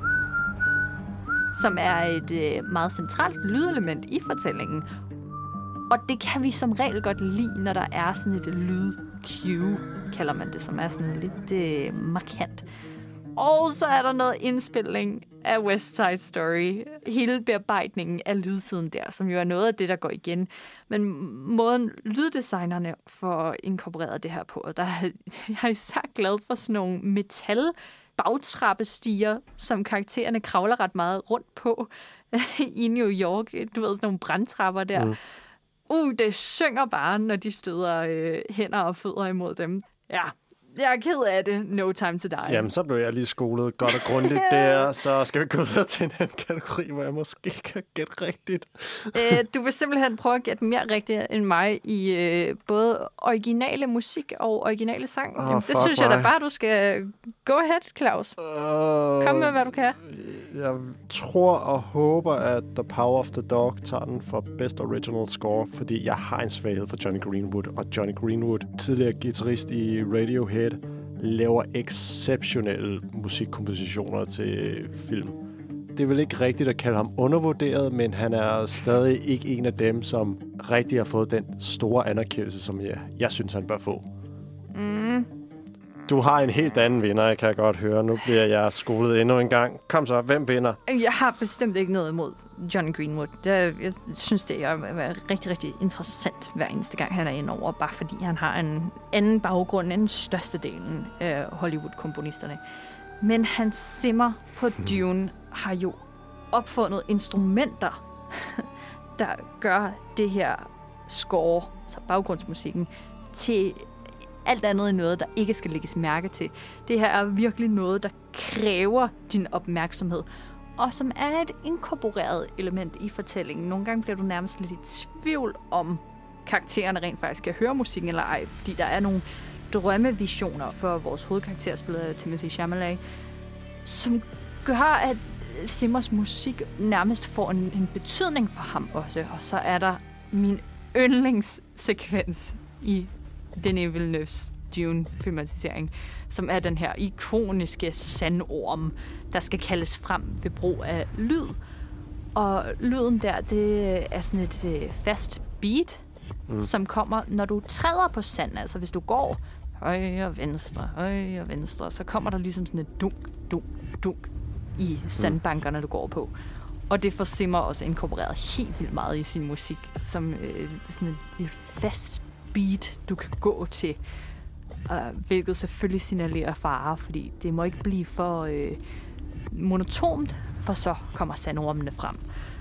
som er et meget centralt lydelement i fortællingen. Og det kan vi som regel godt lide, når der er sådan et lyd-cue, kalder man det, som er sådan lidt markant. Og så er der noget indspilning af West Side Story. Hele bearbejdningen af lydsiden der, som jo er noget af det, der går igen. Men måden lyddesignerne får inkorporeret det her på, der er jeg især glad for sådan nogle metal bagtrappestiger, som karaktererne kravler ret meget rundt på i New York. Du ved, sådan nogle brandtrapper der. Det synger bare, når de støder hænder og fødder imod dem. Ja, jeg er ked af det. No Time to Die. Jamen, så blev jeg lige skolet godt og grundigt der. Så skal vi gå videre til en anden kategori, hvor jeg måske kan gætte rigtigt. Du vil simpelthen prøve at gætte mere rigtigt end mig i både originale musik og originale sang. Jamen, det synes jeg da bare, du skal go ahead, Claus. Kom med, hvad du kan. Jeg tror og håber, at The Power of the Dog tager den for Best Original Score, fordi jeg har en svaghed for Johnny Greenwood. Og Johnny Greenwood, tidligere guitarist i Radiohead, laver exceptionelle musikkompositioner til film. Det er vel ikke rigtigt at kalde ham undervurderet, men han er stadig ikke en af dem, som rigtig har fået den store anerkendelse, som jeg synes, han bør få. Du har en helt anden vinder, jeg kan godt høre. Nu bliver jeg skolet endnu en gang. Kom så, hvem vinder? Jeg har bestemt ikke noget imod Johnny Greenwood. Jeg synes, det er rigtig, rigtig interessant hver eneste gang, han er inde over, bare fordi han har en anden baggrund end størstedelen af Hollywood-komponisterne. Men Hans Zimmer på Dune har jo opfundet instrumenter, der gør det her score, altså baggrundsmusikken, til alt andet end noget, der ikke skal lægges mærke til. Det her er virkelig noget, der kræver din opmærksomhed, og som er et inkorporeret element i fortællingen. Nogle gange bliver du nærmest lidt i tvivl om karaktererne rent faktisk kan høre musikken eller ej, fordi der er nogle drømmevisioner for vores hovedkarakter, spillet af Timothée Chalamet, som gør, at Zimmers musik nærmest får en betydning for ham også. Og så er der min yndlingssekvens i Denis Villeneuves Dune-filmatisering, som er den her ikoniske sandorm, der skal kaldes frem ved brug af lyd. Og lyden der, det er sådan et fast beat, som kommer, når du træder på sand. Altså hvis du går højre, venstre, så kommer der ligesom sådan et dunk, dunk, dunk i sandbankerne, du går på. Og det får Zimmer også inkorporeret helt vildt meget i sin musik, som sådan et fast beat, du kan gå til, hvilket selvfølgelig signalerer fare, fordi det må ikke blive for monotont, for så kommer sandormene frem.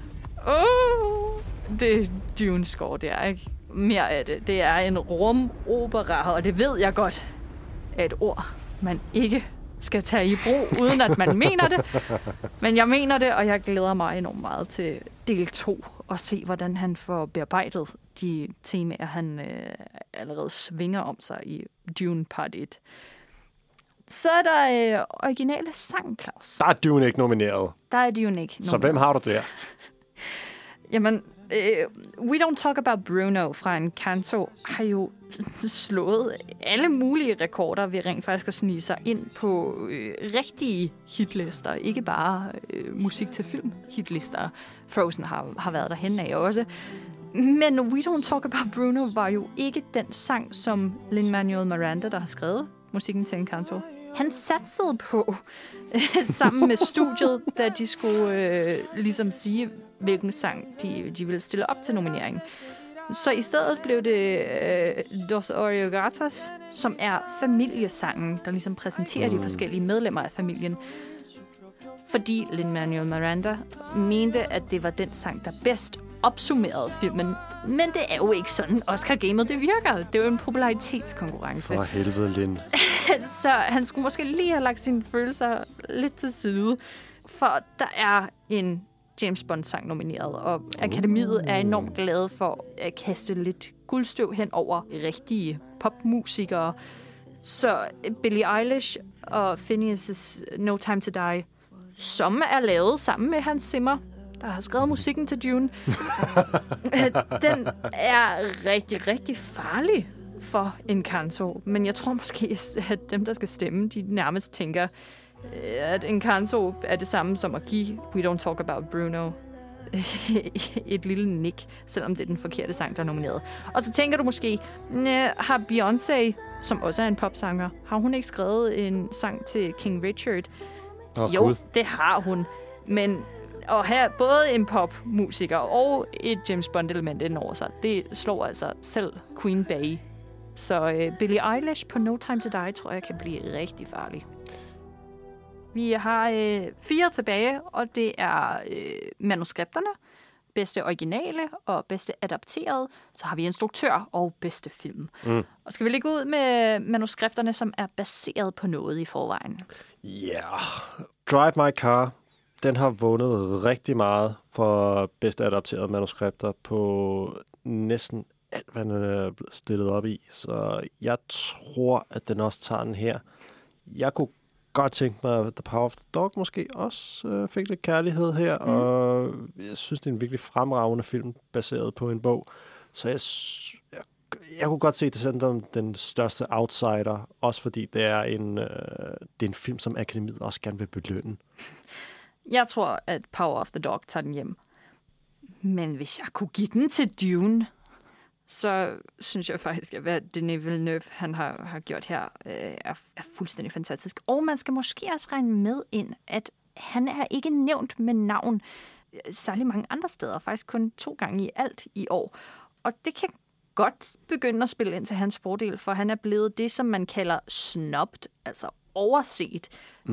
Det er Dune score, det er ikke mere af det. Det er en rumopera, og det ved jeg godt er et ord, man ikke skal tage i brug, uden at man mener det. Men jeg mener det, og jeg glæder mig enormt meget til del 2, og se, hvordan han får bearbejdet de temaer, han allerede svinger om sig i Dune Part 1. Så er der originale sang, Claus. Der er Dune ikke nomineret. Der er Dune ikke nomineret. Så hvem har du der? Jamen, We Don't Talk About Bruno fra Encanto har jo slået alle mulige rekorder ved rent faktisk at snige sig ind på rigtige hitlister. Ikke bare musik til film hitlister. Frozen har været derhen af også. Men We Don't Talk About Bruno var jo ikke den sang, som Lin-Manuel Miranda, der har skrevet musikken til Encanto, han satsede på sammen med studiet, da de skulle ligesom sige, hvilken sang de ville stille op til nomineringen. Så i stedet blev det Dos Oregatas, som er familiesangen, der ligesom præsenterer de forskellige medlemmer af familien. Fordi Lin-Manuel Miranda mente, at det var den sang, der bedst opsummerede filmen. Men det er jo ikke sådan, Oscar-gamet det virker. Det er jo en popularitetskonkurrence. For helvede, Lin. Så han skulle måske lige have lagt sine følelser lidt til side. For der er en James Bond-sang nomineret, og Akademiet er enormt glade for at kaste lidt guldstøv hen over rigtige popmusikere. Så Billie Eilish og Phineas' No Time to Die, som er lavet sammen med Hans Zimmer, der har skrevet musikken til Dune, den er rigtig, rigtig farlig for Encanto. Men jeg tror måske, at dem, der skal stemme, de nærmest tænker, at Encanto er det samme som at give We Don't Talk About Bruno et lille nik, selvom det er den forkerte sang, der er nomineret. Og så tænker du måske, har Beyoncé, som også er en popsanger, har hun ikke skrevet en sang til King Richard? Jo, God. Det har hun. Men at have både en popmusiker og et James Bond-element ind over sig, det slår altså selv Queen Bey. Så Billie Eilish på No Time to Die, tror jeg, kan blive rigtig farlig. Vi har 4 tilbage, og det er manuskripterne, bedste originale og bedste adapteret. Så har vi instruktør og bedste film. Og skal vi lægge ud med manuskripterne, som er baseret på noget i forvejen? Yeah. Drive My Car, den har vundet rigtig meget for bedste adapterede manuskripter på næsten alt, hvad den er stillet op i. Så jeg tror, at den også tager den her. Jeg kunne godt tænke mig, at The Power of the Dog måske også fik lidt kærlighed her, og jeg synes, det er en virkelig fremragende film, baseret på en bog. Så jeg kunne godt se det som den største outsider, også fordi det er en film, som Akademiet også gerne vil belønne. Jeg tror, at Power of the Dog tager den hjem. Men hvis jeg kunne give den til Dune, så synes jeg faktisk, at hvad Denis Villeneuve han har gjort her, er fuldstændig fantastisk. Og man skal måske også regne med ind, at han er ikke nævnt med navn særlig mange andre steder. Faktisk kun 2 gange i alt i år. Og det kan godt begynde at spille ind til hans fordel, for han er blevet det, som man kalder snubbed, altså overset,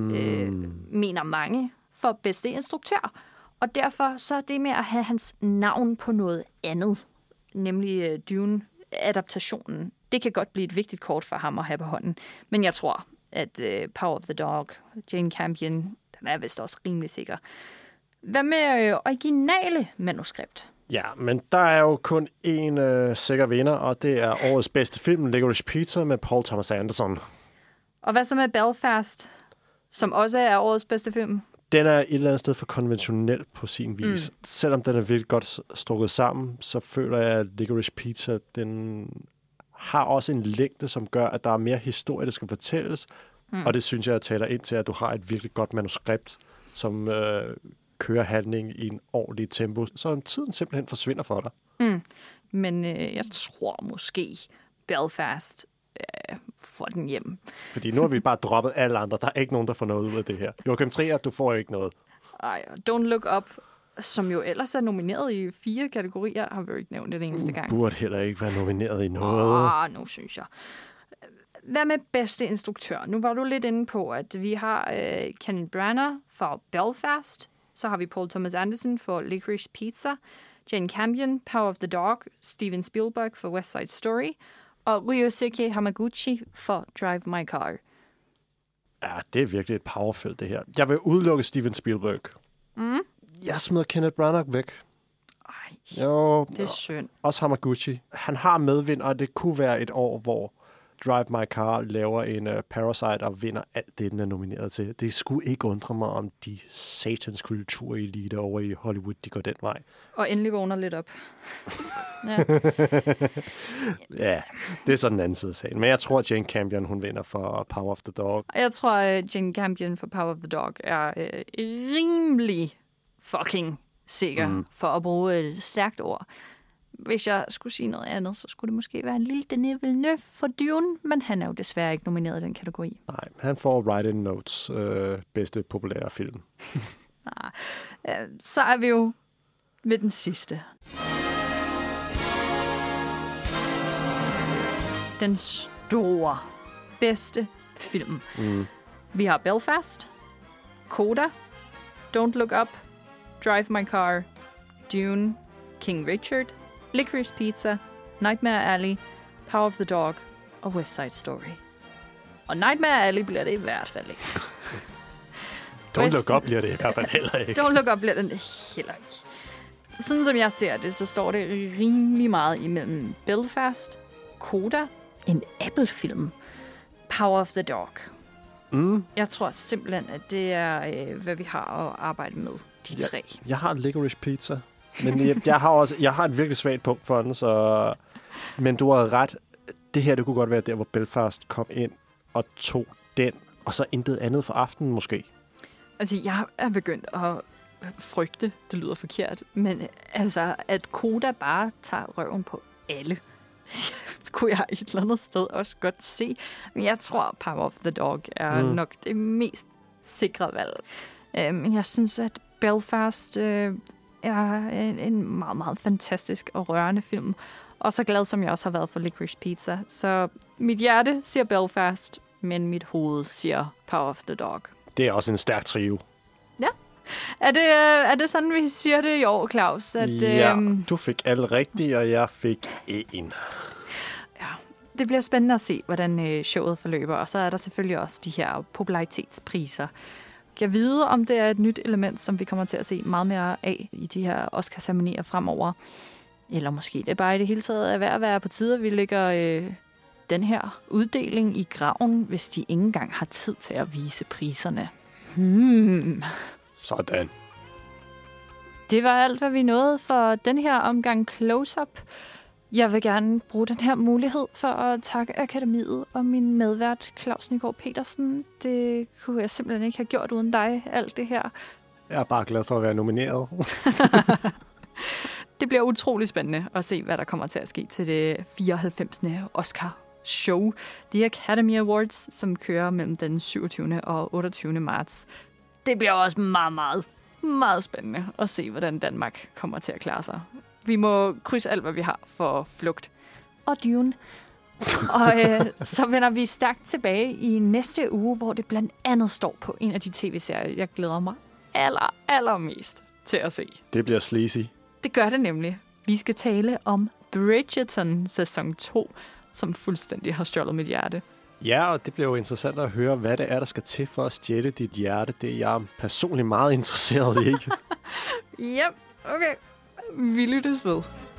mener mange, for bedste instruktør. Og derfor så er det med at have hans navn på noget andet, nemlig Dune-adaptationen. Det kan godt blive et vigtigt kort for ham at have på hånden. Men jeg tror, at Power of the Dog, Jane Campion, den er vist også rimelig sikker. Hvad med originale manuskript? Ja, men der er jo kun én sikker vinder, og det er årets bedste film, Licorice Pizza med Paul Thomas Anderson. Og hvad så med Belfast, som også er årets bedste film? Den er et eller andet sted for konventionel på sin vis. Selvom den er virkelig godt strukket sammen, så føler jeg, at Licorice Pizza, den har også en længde, som gør, at der er mere historie, der skal fortælles. Og det synes jeg taler ind til, at du har et virkelig godt manuskript, som kører handling i en ordentlig tempo, så tiden simpelthen forsvinder for dig. Men jeg tror måske Belfast får den hjem. Fordi nu har vi bare droppet alle andre. Der er ikke nogen, der får noget ud af det her. Joachim Trier, du får ikke noget. Ej, Don't Look Up, som jo ellers er nomineret i 4 kategorier, har vi jo ikke nævnt det eneste gang. Burde heller ikke være nomineret i noget. Nu synes jeg. Hvad med bedste instruktør? Nu var du lidt inde på, at vi har Kenneth Branagh for Belfast, så har vi Paul Thomas Anderson for Licorice Pizza, Jane Campion, Power of the Dog, Steven Spielberg for West Side Story, og Ryusuke Hamaguchi for Drive My Car. Ja, det er virkelig et powerfelt, det her. Jeg vil udelukke Steven Spielberg. Jeg smider Kenneth Branagh væk. Ej, jo, det er synd. Også Hamaguchi. Han har medvind, og det kunne være et år, hvor Drive My Car laver en Parasite og vinder alt det, den er nomineret til. Det skulle ikke undre mig, om de satans kulturelite over i Hollywood, de går den vej. Og endelig vågner lidt op. Ja. Ja, det er sådan en anden side af sagen. Men jeg tror, at Jane Campion, hun vinder for Power of the Dog. Og jeg tror, at Jane Campion for Power of the Dog er rimelig fucking sikker, for at bruge et stærkt ord. Hvis jeg skulle sige noget andet, så skulle det måske være en lille Denis Villeneuve for Dune, men han er jo desværre ikke nomineret i den kategori. Nej, han får Write-in Notes, bedste populære film. Så er vi jo ved den sidste. Den store, bedste film. Vi har Belfast, Coda, Don't Look Up, Drive My Car, Dune, King Richard, Licorice Pizza, Nightmare Alley, Power of the Dog og West Side Story. Og Nightmare Alley bliver det i hvert fald ikke. Don't Look Up bliver det i hvert fald heller ikke. Don't Look Up bliver den heller ikke. Sådan som jeg ser det, så står det rimelig meget imellem Belfast, Coda, en Apple-film, Power of the Dog. Jeg tror simpelthen, at det er, hvad vi har at arbejde med, de tre. Jeg har Licorice Pizza, men jeg har et virkelig svagt punkt for den, så... Men du har ret. Det her, det kunne godt være der, hvor Belfast kom ind og tog den, og så intet andet for aftenen måske. Altså, jeg er begyndt at frygte, det lyder forkert, men altså, at Coda bare tager røven på alle, kunne jeg et eller andet sted også godt se. Men jeg tror, Power of the Dog er nok det mest sikre valg. Men jeg synes, at Belfast er en meget, meget fantastisk og rørende film. Og så glad, som jeg også har været for Licorice Pizza. Så mit hjerte siger Belfast, men mit hoved siger Power of the Dog. Det er også en stærk trio. Ja. Er det sådan, vi siger det i år, Claus? At, ja, du fik alle rigtige, og jeg fik en. Ja, det bliver spændende at se, hvordan showet forløber. Og så er der selvfølgelig også de her popularitetspriser. Jeg vide, om det er et nyt element, som vi kommer til at se meget mere af i de her Oscar-ceremonier fremover. Eller måske det er bare i det hele taget er værd at være på tide, at vi lægger den her uddeling i graven, hvis de ikke engang har tid til at vise priserne. Sådan. Det var alt, hvad vi nåede for den her omgang Close-Up. Jeg vil gerne bruge den her mulighed for at takke Akademiet og min medvært Claus Nygaard Petersen. Det kunne jeg simpelthen ikke have gjort uden dig, alt det her. Jeg er bare glad for at være nomineret. Det bliver utrolig spændende at se, hvad der kommer til at ske til det 94. Oscar-show. The Academy Awards, som kører mellem den 27. og 28. marts. Det bliver også meget, meget, meget spændende at se, hvordan Danmark kommer til at klare sig. Vi må krydse alt, hvad vi har for Flugt og Dune. Og så vender vi stærkt tilbage i næste uge, hvor det blandt andet står på en af de tv-serier, jeg glæder mig allermest til at se. Det bliver sleazy. Det gør det nemlig. Vi skal tale om Bridgerton sæson 2, som fuldstændig har stjålet mit hjerte. Ja, og det bliver jo interessant at høre, hvad det er, der skal til for at stjæle dit hjerte. Det er jeg personligt meget interesseret i. Yep, okay. Vi lyttes ved.